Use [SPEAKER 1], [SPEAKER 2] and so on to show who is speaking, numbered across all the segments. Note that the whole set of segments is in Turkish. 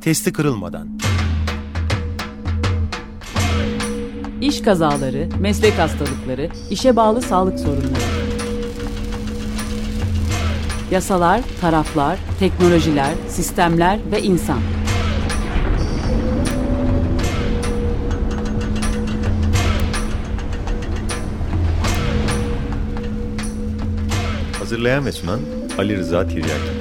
[SPEAKER 1] testi kırılmadan.
[SPEAKER 2] İş kazaları, meslek hastalıkları, işe bağlı sağlık sorunları. Yasalar, taraflar, teknolojiler, sistemler ve insan.
[SPEAKER 1] Hazırlayan ve sunan Ali Rıza Tiryaki.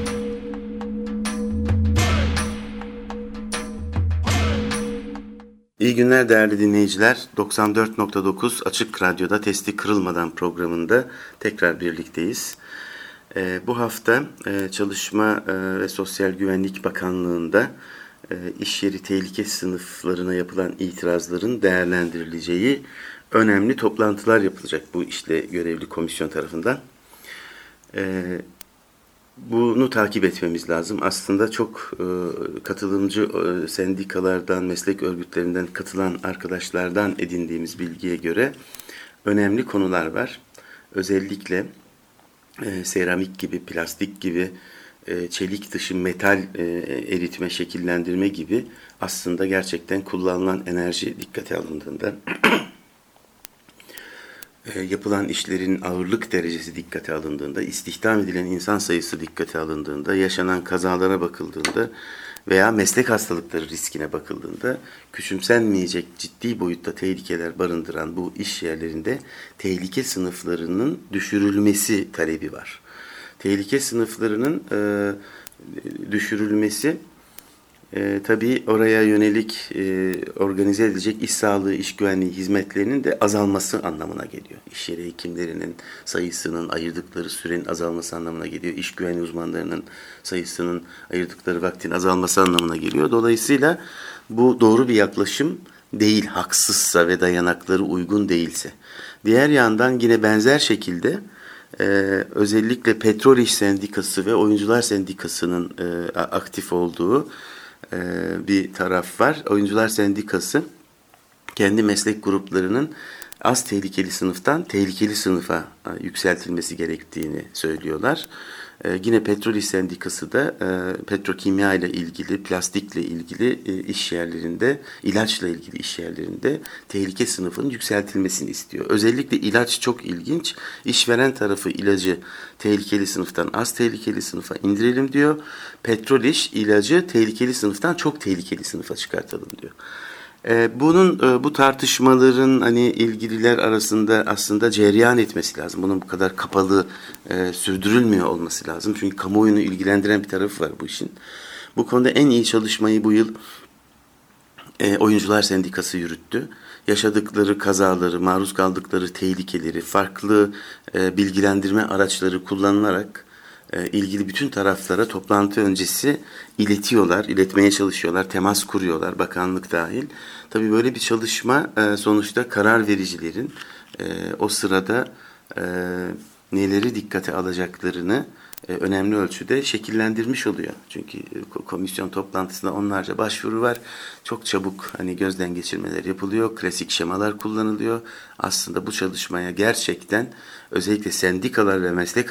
[SPEAKER 3] İyi günler değerli dinleyiciler. 94.9 Açık Radyo'da Testi Kırılmadan programında tekrar birlikteyiz. Bu hafta Çalışma ve Sosyal Güvenlik Bakanlığı'nda iş yeri tehlike sınıflarına yapılan itirazların değerlendirileceği önemli toplantılar yapılacak bu işle görevli komisyon tarafından. Bunu takip etmemiz lazım. Aslında çok katılımcı sendikalardan, meslek örgütlerinden katılan arkadaşlardan edindiğimiz bilgiye göre önemli konular var. Özellikle seramik gibi, plastik gibi, çelik dışı metal eritme, şekillendirme gibi aslında gerçekten kullanılan enerji dikkate alındığında yapılan işlerin ağırlık derecesi dikkate alındığında, istihdam edilen insan sayısı dikkate alındığında, yaşanan kazalara bakıldığında veya meslek hastalıkları riskine bakıldığında küçümsenmeyecek ciddi boyutta tehlikeler barındıran bu iş yerlerinde tehlike sınıflarının düşürülmesi talebi var. Tehlike sınıflarının düşürülmesi tabii oraya yönelik organize edilecek iş sağlığı, iş güvenliği hizmetlerinin de azalması anlamına geliyor. İş yeri hekimlerinin sayısının, ayırdıkları sürenin azalması anlamına geliyor. İş güvenliği uzmanlarının sayısının, ayırdıkları vaktin azalması anlamına geliyor. Dolayısıyla bu doğru bir yaklaşım değil, haksızsa ve dayanakları uygun değilse. Diğer yandan yine benzer şekilde özellikle Petrol İş Sendikası ve Oyuncular Sendikası'nın aktif olduğu bir taraf var. Oyuncular Sendikası kendi meslek gruplarının az tehlikeli sınıftan tehlikeli sınıfa yükseltilmesi gerektiğini söylüyorlar. Yine Petrol İş Sendikası da petrokimya ile ilgili, plastikle ilgili iş yerlerinde, ilaçla ilgili iş yerlerinde tehlike sınıfının yükseltilmesini istiyor. Özellikle ilaç çok ilginç. İşveren tarafı ilacı tehlikeli sınıftan az tehlikeli sınıfa indirelim diyor. Petrol İş ilacı tehlikeli sınıftan çok tehlikeli sınıfa çıkartalım diyor. Bu tartışmaların hani ilgililer arasında aslında cereyan etmesi lazım. Bunun bu kadar kapalı sürdürülmüyor olması lazım. Çünkü kamuoyunu ilgilendiren bir tarafı var bu işin. Bu konuda en iyi çalışmayı bu yıl Oyuncular Sendikası yürüttü. Yaşadıkları kazaları, maruz kaldıkları tehlikeleri, farklı bilgilendirme araçları kullanılarak ilgili bütün taraflara toplantı öncesi iletmeye çalışıyorlar, temas kuruyorlar, bakanlık dahil. Tabii böyle bir çalışma sonuçta karar vericilerin o sırada neleri dikkate alacaklarını önemli ölçüde şekillendirmiş oluyor. Çünkü komisyon toplantısında onlarca başvuru var. Çok çabuk gözden geçirmeler yapılıyor. Klasik şemalar kullanılıyor. Aslında bu çalışmaya gerçekten özellikle sendikalar ve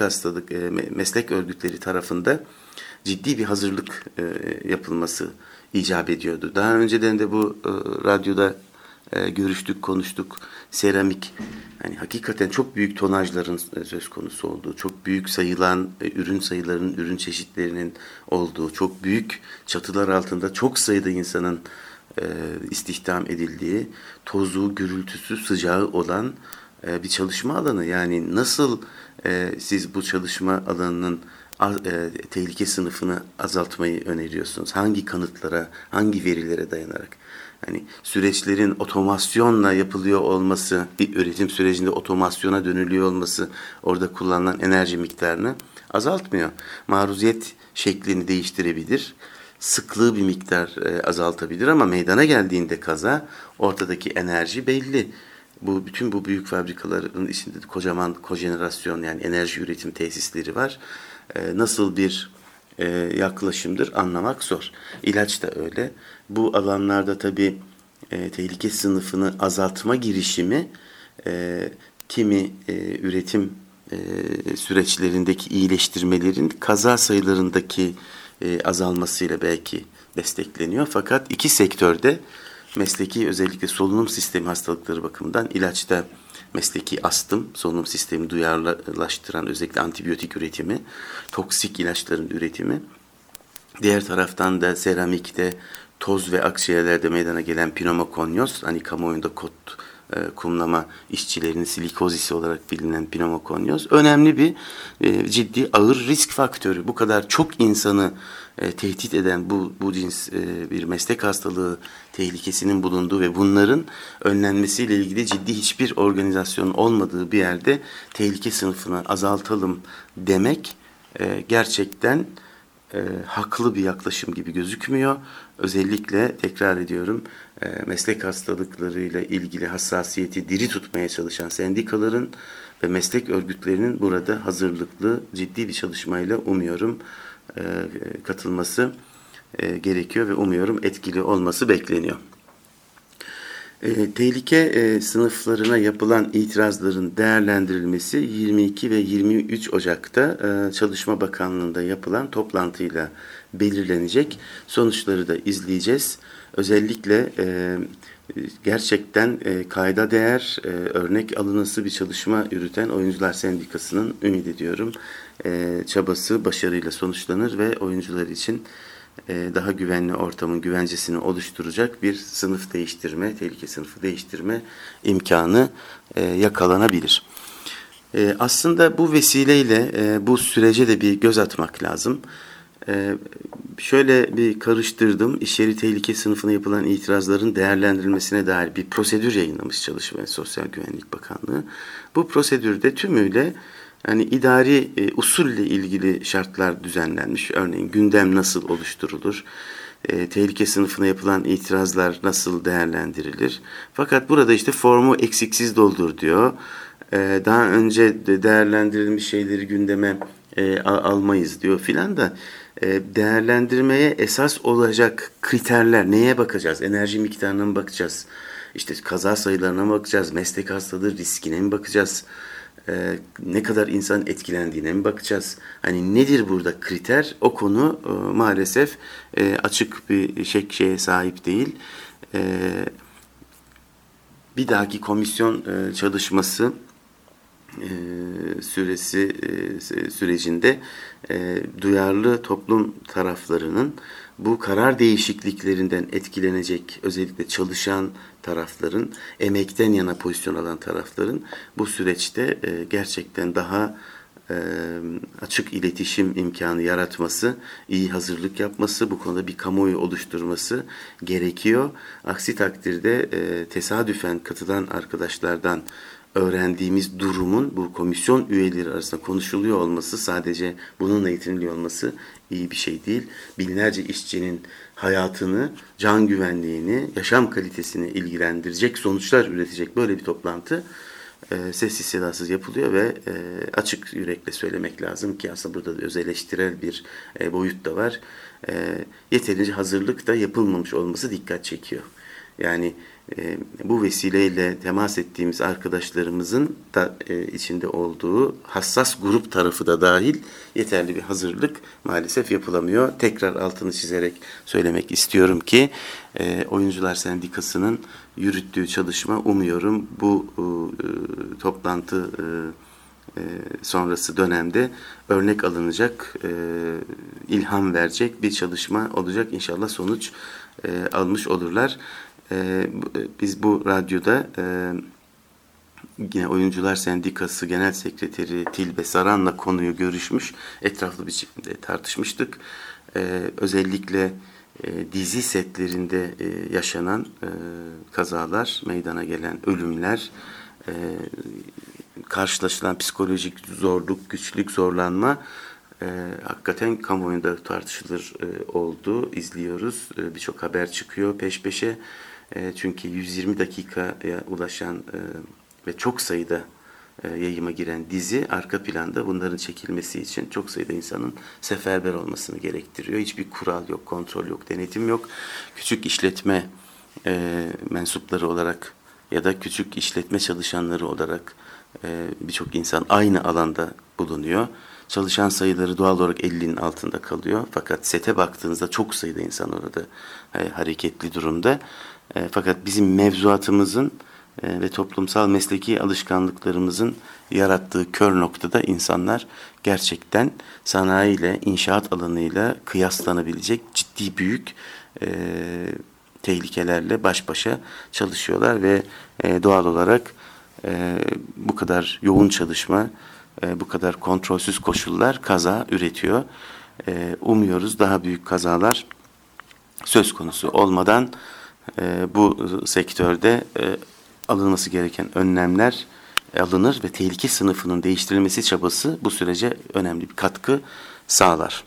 [SPEAKER 3] meslek örgütleri tarafında ciddi bir hazırlık yapılması icap ediyordu. Daha önceden de bu radyoda görüştük, konuştuk. Seramik, hakikaten çok büyük tonajların söz konusu olduğu, çok büyük sayılan ürün sayılarının, ürün çeşitlerinin olduğu, çok büyük çatılar altında çok sayıda insanın istihdam edildiği, tozu, gürültüsü, sıcağı olan bir çalışma alanı. Yani nasıl siz bu çalışma alanının tehlike sınıfını azaltmayı öneriyorsunuz? Hangi kanıtlara, hangi verilere dayanarak? Süreçlerin otomasyonla yapılıyor olması, bir üretim sürecinde otomasyona dönülüyor olması orada kullanılan enerji miktarını azaltmıyor. Maruziyet şeklini değiştirebilir, sıklığı bir miktar azaltabilir ama meydana geldiğinde kaza ortadaki enerji belli. Bütün bu büyük fabrikaların içinde kocaman kojenerasyon yani enerji üretim tesisleri var. Nasıl bir yaklaşımdır anlamak zor. İlaç da öyle. Bu alanlarda tabii tehlike sınıfını azaltma girişimi kimi üretim süreçlerindeki iyileştirmelerin kaza sayılarındaki azalmasıyla belki destekleniyor. Fakat iki sektörde mesleki özellikle solunum sistemi hastalıkları bakımından ilaçta mesleki astım, solunum sistemini duyarlılaştıran özellikle antibiyotik üretimi, toksik ilaçların üretimi, diğer taraftan da seramikte, toz ve akciğerlerde meydana gelen pneumokonyoz, hani kamuoyunda kumlama işçilerinin silikozisi olarak bilinen pneumokonyoz önemli bir ciddi ağır risk faktörü. Bu kadar çok insanı tehdit eden bu cins bir meslek hastalığı tehlikesinin bulunduğu ve bunların önlenmesiyle ilgili ciddi hiçbir organizasyonun olmadığı bir yerde tehlike sınıfını azaltalım demek gerçekten haklı bir yaklaşım gibi gözükmüyor. Özellikle tekrar ediyorum meslek hastalıklarıyla ilgili hassasiyeti diri tutmaya çalışan sendikaların ve meslek örgütlerinin burada hazırlıklı ciddi bir çalışmayla umuyorum katılması gerekiyor ve umuyorum etkili olması bekleniyor. Tehlike sınıflarına yapılan itirazların değerlendirilmesi 22 ve 23 Ocak'ta Çalışma Bakanlığı'nda yapılan toplantıyla belirlenecek. Sonuçları da izleyeceğiz. Özellikle gerçekten kayda değer, örnek alınası bir çalışma yürüten Oyuncular Sendikası'nın ümit ediyorum çabası başarıyla sonuçlanır ve oyuncular için daha güvenli ortamın güvencesini oluşturacak bir sınıf değiştirme, tehlike sınıfı değiştirme imkanı yakalanabilir. Aslında bu vesileyle bu sürece de bir göz atmak lazım. Şöyle bir karıştırdım. İş yeri tehlike sınıfına yapılan itirazların değerlendirilmesine dair bir prosedür yayınlamış Çalışma ve Sosyal Güvenlik Bakanlığı. Bu prosedürde tümüyle yani idari usulle ilgili şartlar düzenlenmiş. Örneğin gündem nasıl oluşturulur? Tehlike sınıfına yapılan itirazlar nasıl değerlendirilir? Fakat burada işte formu eksiksiz doldur diyor. Daha önce de değerlendirilmiş şeyleri gündeme almayız diyor filan da değerlendirmeye esas olacak kriterler neye bakacağız? Enerji miktarına mı bakacağız? İşte kaza sayılarına mı bakacağız? Meslek hastalığı riskine mi bakacağız? Ne kadar insan etkilendiğine mi bakacağız? Hani nedir burada kriter? O konu maalesef açık bir şeye sahip değil. Bir dahaki komisyon çalışması sürecinde duyarlı toplum taraflarının bu karar değişikliklerinden etkilenecek, özellikle çalışan tarafların, emekten yana pozisyon alan tarafların bu süreçte gerçekten daha açık iletişim imkanı yaratması, iyi hazırlık yapması, bu konuda bir kamuoyu oluşturması gerekiyor. Aksi takdirde tesadüfen katılan arkadaşlardan öğrendiğimiz durumun bu komisyon üyeleri arasında konuşuluyor olması, sadece bununla yetiniliyor olması iyi bir şey değil. Binlerce işçinin hayatını, can güvenliğini, yaşam kalitesini ilgilendirecek sonuçlar üretecek böyle bir toplantı sessiz sedasız yapılıyor ve açık yürekle söylemek lazım ki aslında burada da öz eleştirel bir boyut da var. Yeterince hazırlık da yapılmamış olması dikkat çekiyor. Yani bu vesileyle temas ettiğimiz arkadaşlarımızın da içinde olduğu hassas grup tarafı da dahil yeterli bir hazırlık maalesef yapılamıyor. Tekrar altını çizerek söylemek istiyorum ki Oyuncular Sendikası'nın yürüttüğü çalışma umuyorum bu toplantı sonrası dönemde örnek alınacak, ilham verecek bir çalışma olacak. İnşallah sonuç almış olurlar. Biz bu radyoda yine Oyuncular Sendikası Genel Sekreteri Tilbe Saran'la konuyu görüşmüş, etraflı bir şekilde tartışmıştık. Özellikle dizi setlerinde yaşanan kazalar, meydana gelen ölümler, karşılaşılan psikolojik zorluk, güçlük, zorlanma hakikaten kamuoyunda tartışılır oldu. İzliyoruz. Birçok haber çıkıyor peş peşe. Çünkü 120 dakikaya ulaşan ve çok sayıda yayıma giren dizi arka planda bunların çekilmesi için çok sayıda insanın seferber olmasını gerektiriyor. Hiçbir kural yok, kontrol yok, denetim yok. Küçük işletme mensupları olarak ya da küçük işletme çalışanları olarak Birçok insan aynı alanda bulunuyor. Çalışan sayıları doğal olarak 50'nin altında kalıyor. Fakat sete baktığınızda çok sayıda insan orada hareketli durumda. Fakat bizim mevzuatımızın ve toplumsal mesleki alışkanlıklarımızın yarattığı kör noktada insanlar gerçekten sanayiyle, inşaat alanıyla kıyaslanabilecek ciddi büyük tehlikelerle baş başa çalışıyorlar ve doğal olarak bu kadar yoğun çalışma, bu kadar kontrolsüz koşullar kaza üretiyor. Umuyoruz daha büyük kazalar söz konusu olmadan bu sektörde alınması gereken önlemler alınır ve tehlike sınıfının değiştirilmesi çabası bu sürece önemli bir katkı sağlar.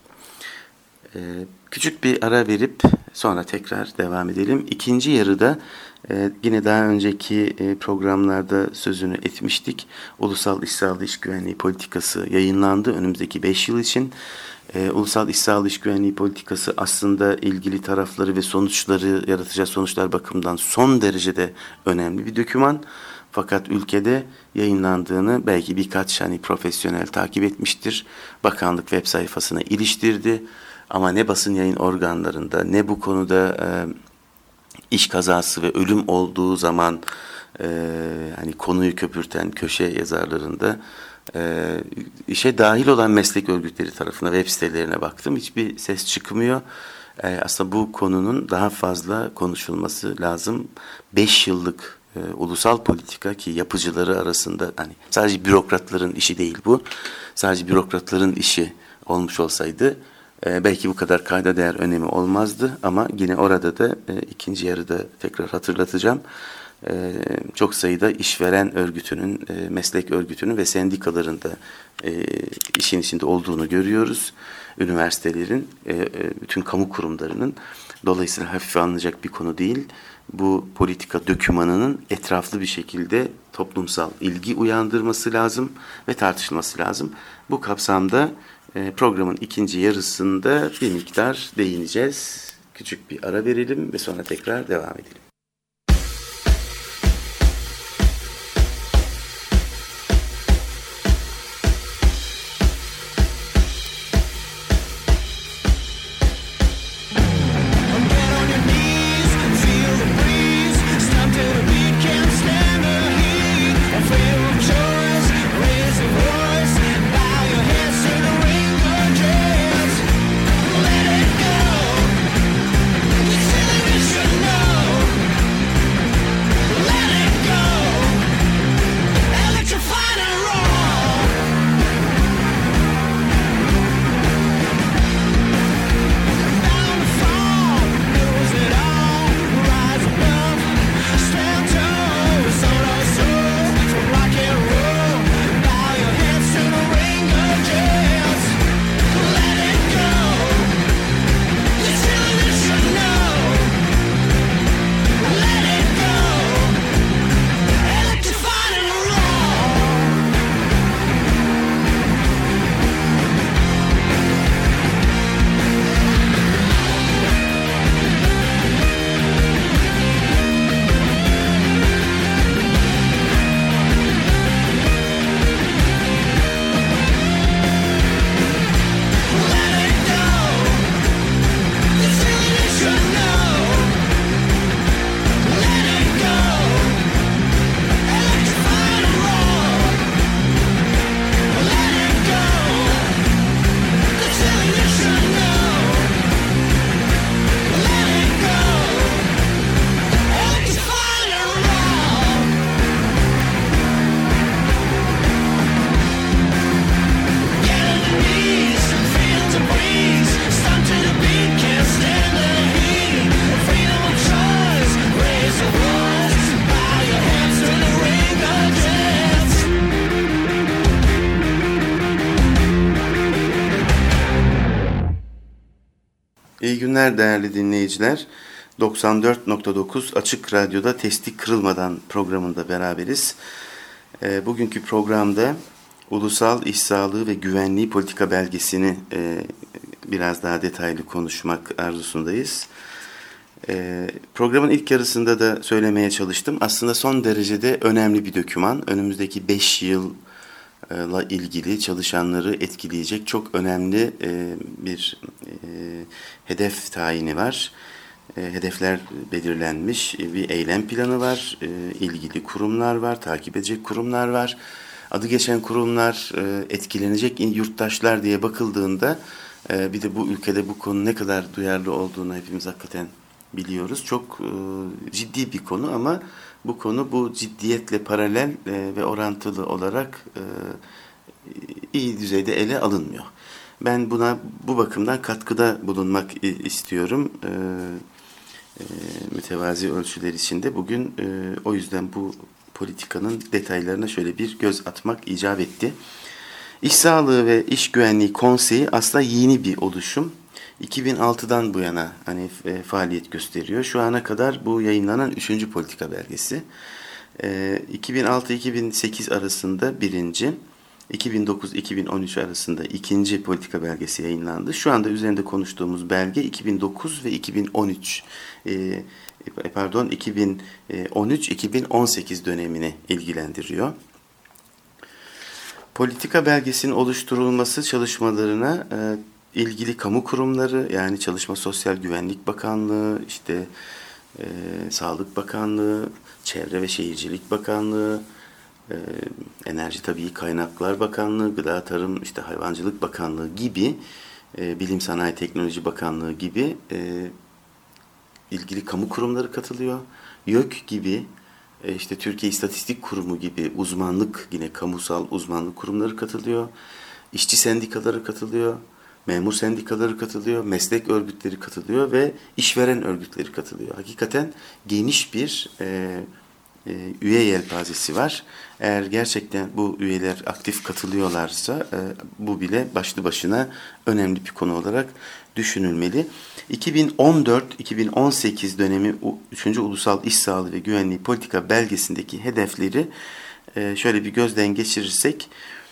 [SPEAKER 3] Küçük bir ara verip sonra tekrar devam edelim. İkinci yarıda yine daha önceki programlarda sözünü etmiştik. Ulusal İş Sağlığı İş Güvenliği Politikası yayınlandı önümüzdeki 5 yıl için. Ulusal İş Sağlığı İş Güvenliği Politikası aslında ilgili tarafları ve sonuçları, yaratacağı sonuçlar bakımından son derecede önemli bir doküman. Fakat ülkede yayınlandığını belki birkaç profesyonel takip etmiştir. Bakanlık web sayfasına iliştirdi. Ama ne basın yayın organlarında ne bu konuda iş kazası ve ölüm olduğu zaman konuyu köpürten köşe yazarlarında işe dahil olan meslek örgütleri tarafına web sitelerine baktım. Hiçbir ses çıkmıyor. Aslında bu konunun daha fazla konuşulması lazım. 5 yıllık ulusal politika ki yapıcıları arasında sadece bürokratların işi değil bu. Sadece bürokratların işi olmuş olsaydı belki bu kadar kayda değer önemi olmazdı ama yine orada da ikinci yarıda tekrar hatırlatacağım. Çok sayıda işveren örgütünün, meslek örgütünün ve sendikaların da işin içinde olduğunu görüyoruz. Üniversitelerin, bütün kamu kurumlarının. Dolayısıyla hafife alınacak bir konu değil. Bu politika dokümanının etraflı bir şekilde toplumsal ilgi uyandırması lazım ve tartışılması lazım. Bu kapsamda programın ikinci yarısında bir miktar değineceğiz. Küçük bir ara verelim ve sonra tekrar devam edelim. İyi günler değerli dinleyiciler. 94.9 Açık Radyo'da Testi Kırılmadan programında beraberiz. Bugünkü programda Ulusal İş Sağlığı ve Güvenliği Politika Belgesi'ni biraz daha detaylı konuşmak arzusundayız. Programın ilk yarısında da söylemeye çalıştım. Aslında son derecede önemli bir doküman. Önümüzdeki 5 yılla ilgili çalışanları etkileyecek çok önemli bir hedef tayini var. Hedefler belirlenmiş, bir eylem planı var, ilgili kurumlar var, takip edecek kurumlar var. Adı geçen kurumlar, etkilenecek yurttaşlar diye bakıldığında bir de bu ülkede bu konu ne kadar duyarlı olduğunu hepimiz hakikaten biliyoruz. Çok ciddi bir konu ama bu konu bu ciddiyetle paralel ve orantılı olarak iyi düzeyde ele alınmıyor. Ben buna bu bakımdan katkıda bulunmak istiyorum. Mütevazi ölçüler içinde bugün o yüzden bu politikanın detaylarına şöyle bir göz atmak icap etti. İş Sağlığı ve İş Güvenliği Konseyi aslında yeni bir oluşum. 2006'dan bu yana faaliyet gösteriyor. Şu ana kadar bu yayınlanan 3. politika belgesi. 2006-2008 arasında birinci, 2009-2013 arasında ikinci politika belgesi yayınlandı. Şu anda üzerinde konuştuğumuz belge 2009 ve 2013-2018 dönemini ilgilendiriyor. Politika belgesinin oluşturulması çalışmalarına ilgili kamu kurumları, yani Çalışma Sosyal Güvenlik Bakanlığı, Sağlık Bakanlığı, Çevre ve Şehircilik Bakanlığı, Enerji Tabii Kaynaklar Bakanlığı, Gıda Tarım, Hayvancılık Bakanlığı gibi, Bilim Sanayi Teknoloji Bakanlığı gibi ilgili kamu kurumları katılıyor. YÖK gibi, Türkiye İstatistik Kurumu gibi yine kamusal uzmanlık kurumları katılıyor. İşçi sendikaları katılıyor. Memur sendikaları katılıyor. Meslek örgütleri katılıyor ve işveren örgütleri katılıyor. Hakikaten geniş bir üye yelpazesi var. Eğer gerçekten bu üyeler aktif katılıyorlarsa bu bile başlı başına önemli bir konu olarak düşünülmeli. 2014-2018 dönemi 3. Ulusal İş Sağlığı ve Güvenliği Politika Belgesi'ndeki hedefleri şöyle bir gözden geçirirsek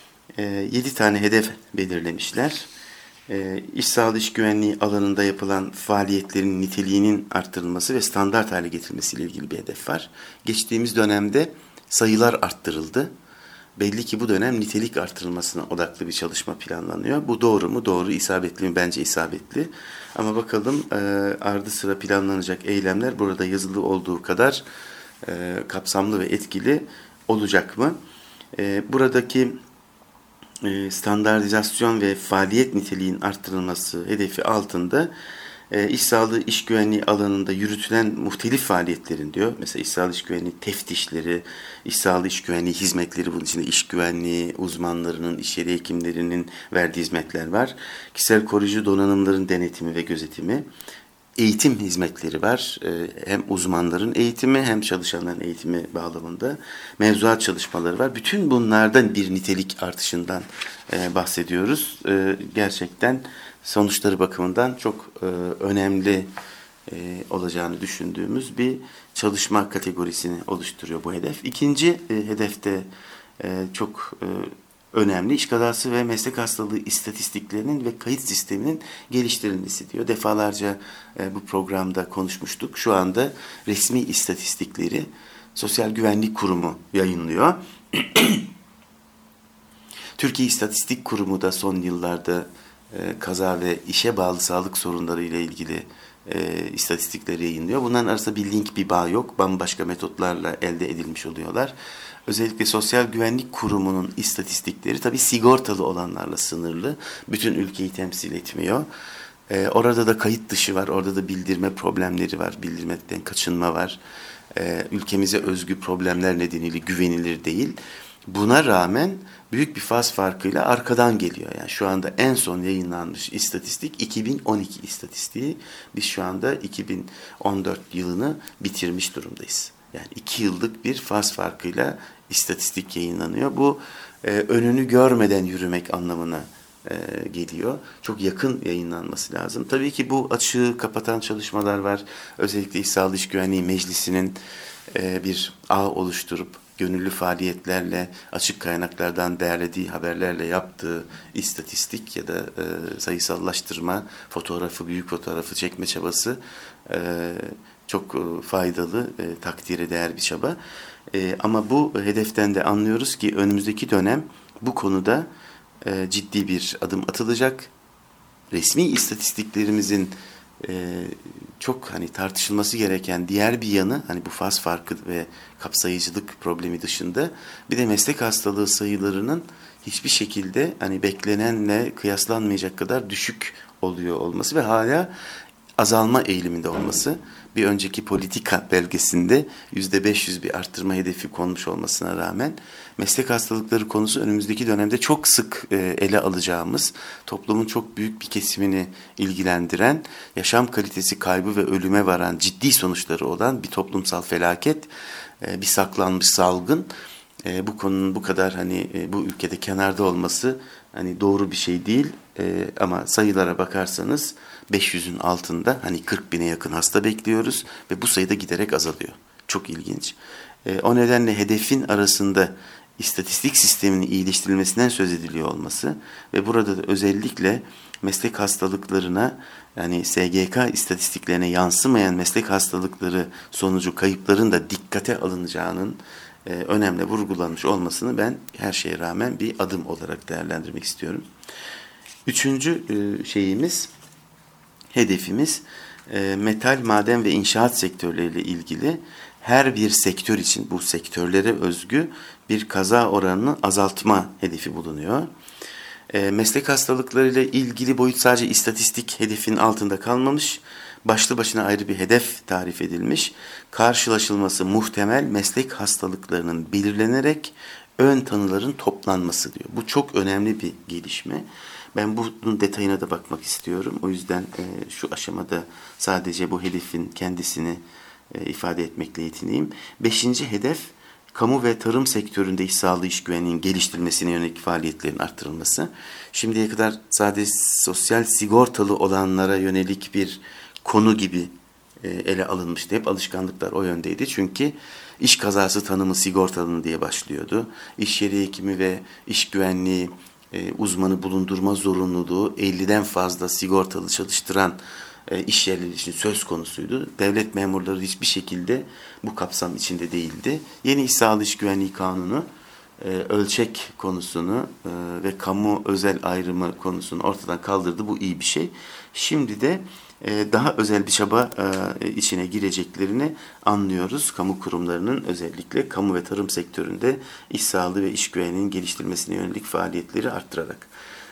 [SPEAKER 3] 7 tane hedef belirlemişler. İş sağlığı, iş güvenliği alanında yapılan faaliyetlerin niteliğinin arttırılması ve standart hale getirilmesiyle ilgili bir hedef var. Geçtiğimiz dönemde sayılar arttırıldı. Belli ki bu dönem nitelik artırılmasına odaklı bir çalışma planlanıyor. Bu doğru mu? Doğru. İsabetli mi? Bence isabetli. Ama bakalım ardı sıra planlanacak eylemler burada yazılı olduğu kadar kapsamlı ve etkili olacak mı? Buradaki standartizasyon ve faaliyet niteliğinin arttırılması hedefi altında iş sağlığı, iş güvenliği alanında yürütülen muhtelif faaliyetlerin diyor. Mesela iş sağlığı, iş güvenliği teftişleri, iş sağlığı, iş güvenliği hizmetleri, bunun içinde iş güvenliği uzmanlarının, iş yeri hekimlerinin verdiği hizmetler var. Kişisel koruyucu donanımların denetimi ve gözetimi. Eğitim hizmetleri var. Hem uzmanların eğitimi hem çalışanların eğitimi bağlamında mevzuat çalışmaları var. Bütün bunlardan bir nitelik artışından bahsediyoruz. Gerçekten sonuçları bakımından çok önemli olacağını düşündüğümüz bir çalışma kategorisini oluşturuyor bu hedef. İkinci hedefte çok önemli iş kazası ve meslek hastalığı istatistiklerinin ve kayıt sisteminin geliştirilmesi diyor. Defalarca bu programda konuşmuştuk. Şu anda resmi istatistikleri Sosyal Güvenlik Kurumu yayınlıyor. Türkiye İstatistik Kurumu da son yıllarda kaza ve işe bağlı sağlık sorunları ile ilgili istatistikleri yayınlıyor. Bunların arasında bir link, bir bağ yok. Bambaşka metotlarla elde edilmiş oluyorlar. Özellikle Sosyal Güvenlik Kurumu'nun istatistikleri tabii sigortalı olanlarla sınırlı. Bütün ülkeyi temsil etmiyor. Orada da kayıt dışı var. Orada da bildirme problemleri var. Bildirmekten kaçınma var. Ülkemize özgü problemler nedeniyle güvenilir değil. Buna rağmen büyük bir faz farkıyla arkadan geliyor. Yani şu anda en son yayınlanmış istatistik 2012 istatistiği. Biz şu anda 2014 yılını bitirmiş durumdayız. Yani 2 yıllık bir faz farkıyla istatistik yayınlanıyor. Bu önünü görmeden yürümek anlamına geliyor. Çok yakın yayınlanması lazım. Tabii ki bu açığı kapatan çalışmalar var. Özellikle İş Sağlığı İş Güvenliği Meclisi'nin bir ağ oluşturup gönüllü faaliyetlerle, açık kaynaklardan derlediği haberlerle yaptığı istatistik ya da sayısallaştırma, büyük fotoğrafı çekme çabası çok faydalı, takdire değer bir çaba. Ama bu hedeften de anlıyoruz ki önümüzdeki dönem bu konuda ciddi bir adım atılacak. Resmi istatistiklerimizin çok tartışılması gereken diğer bir yanı, bu faz farkı ve kapsayıcılık problemi dışında bir de meslek hastalığı sayılarının hiçbir şekilde beklenenle kıyaslanmayacak kadar düşük oluyor olması ve hala azalma eğiliminde olması. Bir önceki politika belgesinde %500 bir arttırma hedefi konmuş olmasına rağmen meslek hastalıkları konusu önümüzdeki dönemde çok sık ele alacağımız, toplumun çok büyük bir kesimini ilgilendiren, yaşam kalitesi kaybı ve ölüme varan ciddi sonuçları olan bir toplumsal felaket, bir saklanmış salgın. Bu konunun bu kadar bu ülkede kenarda olması doğru bir şey değil. Ama sayılara bakarsanız 500'ün altında 40 bine yakın hasta bekliyoruz ve bu sayıda giderek azalıyor. Çok ilginç. O nedenle hedefin arasında istatistik sisteminin iyileştirilmesinden söz ediliyor olması ve burada da özellikle meslek hastalıklarına SGK istatistiklerine yansımayan meslek hastalıkları sonucu kayıpların da dikkate alınacağının önemli vurgulanmış olmasını ben her şeye rağmen bir adım olarak değerlendirmek istiyorum. Üçüncü hedefimiz metal, maden ve inşaat sektörleriyle ilgili her bir sektör için bu sektörlere özgü bir kaza oranını azaltma hedefi bulunuyor. Meslek hastalıklarıyla ilgili boyut sadece istatistik hedefin altında kalmamış, başlı başına ayrı bir hedef tarif edilmiş. Karşılaşılması muhtemel meslek hastalıklarının belirlenerek ön tanıların toplanması diyor. Bu çok önemli bir gelişme. Ben bunun detayına da bakmak istiyorum. O yüzden şu aşamada sadece bu hedefin kendisini ifade etmekle yetineyim. 5. hedef, kamu ve tarım sektöründe iş sağlığı, iş güvenliğinin geliştirilmesine yönelik faaliyetlerin arttırılması. Şimdiye kadar sadece sosyal sigortalı olanlara yönelik bir konu gibi ele alınmıştı. Hep alışkanlıklar o yöndeydi. Çünkü iş kazası tanımı sigortalı diye başlıyordu. İş yeri hekimi ve iş güvenliği uzmanı bulundurma zorunluluğu 50'den fazla sigortalı çalıştıran iş yerleri için söz konusuydu. Devlet memurları hiçbir şekilde bu kapsam içinde değildi. Yeni İş Sağlığı İş Güvenliği Kanunu ölçek konusunu ve kamu özel ayrımı konusunu ortadan kaldırdı. Bu iyi bir şey. Şimdi de daha özel bir çaba içine gireceklerini anlıyoruz. Kamu kurumlarının özellikle kamu ve tarım sektöründe iş sağlığı ve iş güvenliğinin geliştirmesine yönelik faaliyetleri arttırarak.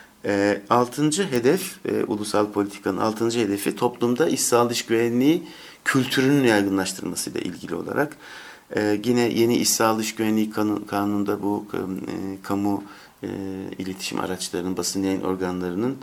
[SPEAKER 3] 6. hedef, ulusal politikanın 6. hedefi toplumda iş sağlığı iş güvenliği kültürünün yaygınlaştırmasıyla ilgili olarak yine yeni iş sağlığı iş güvenliği kanununda bu kamu iletişim araçlarının, basın yayın organlarının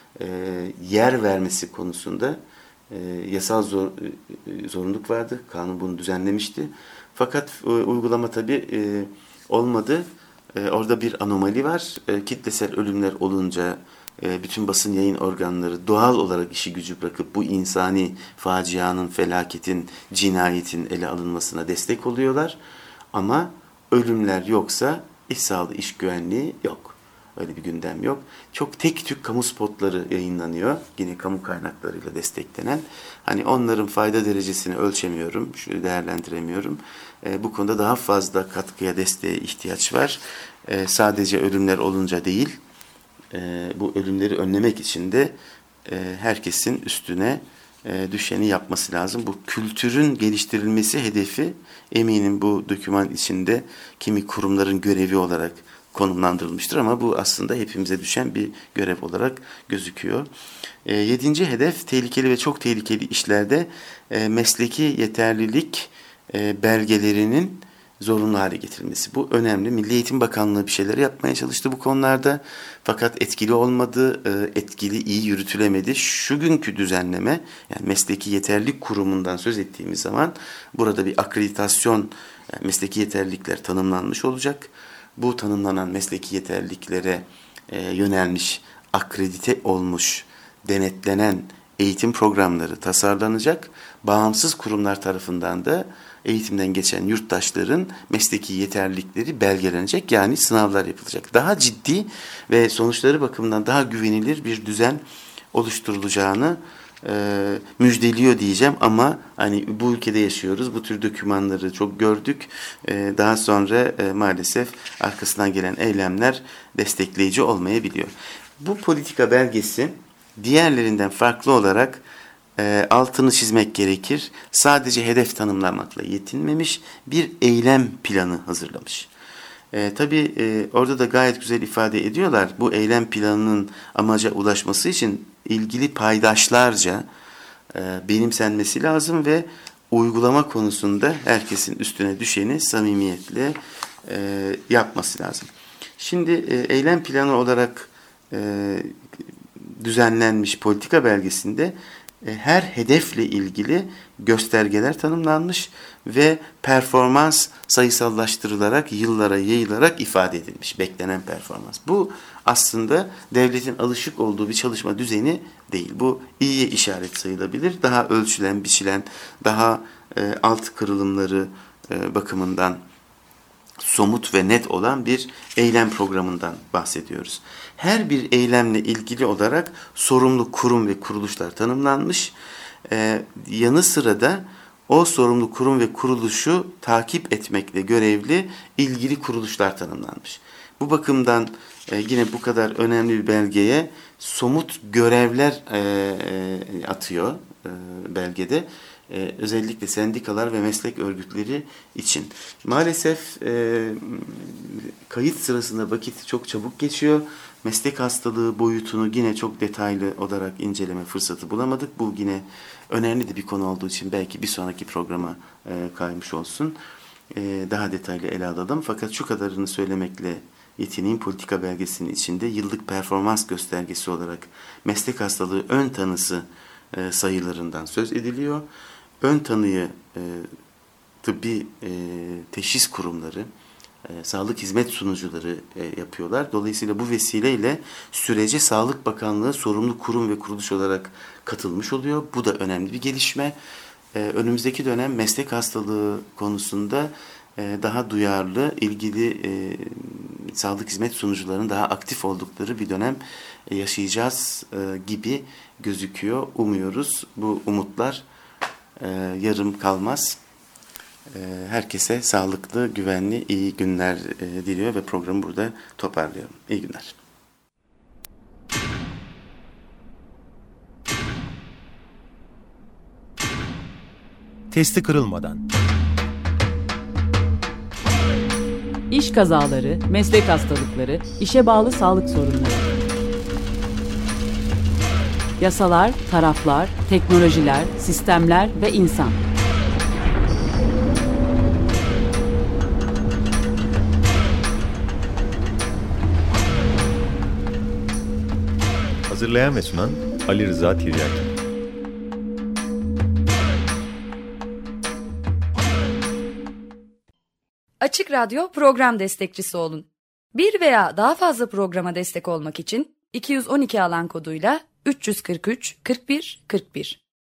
[SPEAKER 3] yer vermesi konusunda yasal zorunluluk vardı. Kanun bunu düzenlemişti. Fakat uygulama tabii olmadı. Orada bir anomali var. Kitlesel ölümler olunca bütün basın yayın organları doğal olarak işi gücü bırakıp bu insani facianın, felaketin, cinayetin ele alınmasına destek oluyorlar. Ama ölümler yoksa iş sağlığı, iş güvenliği yok. Öyle bir gündem yok. Çok tek tük kamu spotları yayınlanıyor. Yine kamu kaynaklarıyla desteklenen. Onların fayda derecesini ölçemiyorum, değerlendiremiyorum. Bu konuda daha fazla katkıya, desteğe ihtiyaç var. Sadece ölümler olunca değil, bu ölümleri önlemek için de herkesin üstüne düşeni yapması lazım. Bu kültürün geliştirilmesi hedefi eminim bu doküman içinde kimi kurumların görevi olarak konumlandırılmıştır ama bu aslında hepimize düşen bir görev olarak gözüküyor. 7. hedef, tehlikeli ve çok tehlikeli işlerde mesleki yeterlilik belgelerinin zorunlu hale getirilmesi. Bu önemli. Milli Eğitim Bakanlığı bir şeyler yapmaya çalıştı bu konularda. Fakat etkili olmadı, iyi yürütülemedi. Şu günkü düzenleme, yani mesleki yeterlilik kurumundan söz ettiğimiz zaman burada bir akreditasyon, yani mesleki yeterlilikler tanımlanmış olacak. Bu tanımlanan mesleki yeterliliklere yönelmiş, akredite olmuş, denetlenen eğitim programları tasarlanacak. Bağımsız kurumlar tarafından da eğitimden geçen yurttaşların mesleki yeterlilikleri belgelenecek, yani sınavlar yapılacak. Daha ciddi ve sonuçları bakımından daha güvenilir bir düzen oluşturulacağını müjdeliyor diyeceğim, ama hani bu ülkede yaşıyoruz, bu tür dokümanları çok gördük. Daha sonra maalesef arkasından gelen eylemler destekleyici olmayabiliyor. Bu politika belgesi diğerlerinden farklı olarak altını çizmek gerekir, sadece hedef tanımlamakla yetinmemiş, bir eylem planı hazırlamış. Tabii orada da gayet güzel ifade ediyorlar. Bu eylem planının amaca ulaşması için ilgili paydaşlarca benimsenmesi lazım ve uygulama konusunda herkesin üstüne düşeni samimiyetle yapması lazım. Şimdi eylem planı olarak düzenlenmiş politika belgesinde her hedefle ilgili göstergeler tanımlanmış ve performans sayısallaştırılarak, yıllara yayılarak ifade edilmiş, beklenen performans. Bu aslında devletin alışık olduğu bir çalışma düzeni değil. Bu iyiye işaret sayılabilir. Daha ölçülen, biçilen, daha alt kırılımları bakımından somut ve net olan bir eylem programından bahsediyoruz. Her bir eylemle ilgili olarak sorumlu kurum ve kuruluşlar tanımlanmış. Yanı sıra da o sorumlu kurum ve kuruluşu takip etmekle görevli ilgili kuruluşlar tanımlanmış. Bu bakımdan yine bu kadar önemli bir belgeye somut görevler atıyor belgede. Özellikle sendikalar ve meslek örgütleri için. Maalesef kayıt sırasında vakit çok çabuk geçiyor. Meslek hastalığı boyutunu yine çok detaylı olarak inceleme fırsatı bulamadık. Bu yine önemli de bir konu olduğu için belki bir sonraki programa kaymış olsun. Daha detaylı ele alalım. Fakat şu kadarını söylemekle yetineyim. Politika belgesinin içinde yıllık performans göstergesi olarak meslek hastalığı ön tanısı sayılarından söz ediliyor. Ön tanıyı tıbbi teşhis kurumları, sağlık hizmet sunucuları yapıyorlar. Dolayısıyla bu vesileyle sürece Sağlık Bakanlığı sorumlu kurum ve kuruluş olarak katılmış oluyor. Bu da önemli bir gelişme. Önümüzdeki dönem meslek hastalığı konusunda daha duyarlı, ilgili sağlık hizmet sunucularının daha aktif oldukları bir dönem yaşayacağız gibi gözüküyor. Umuyoruz. Bu umutlar yarım kalmaz. Herkese sağlıklı, güvenli, iyi günler diliyor ve programı burada toparlıyorum. İyi günler.
[SPEAKER 1] Testi kırılmadan.
[SPEAKER 2] İş kazaları, meslek hastalıkları, işe bağlı sağlık sorunları. Yasalar, taraflar, teknolojiler, sistemler ve insan.
[SPEAKER 1] Hazırlayan ve sunan Ali Rıza Tiryaki.
[SPEAKER 4] Açık Radyo program destekçisi olun. Bir veya daha fazla programa destek olmak için 212 alan koduyla 343 41 41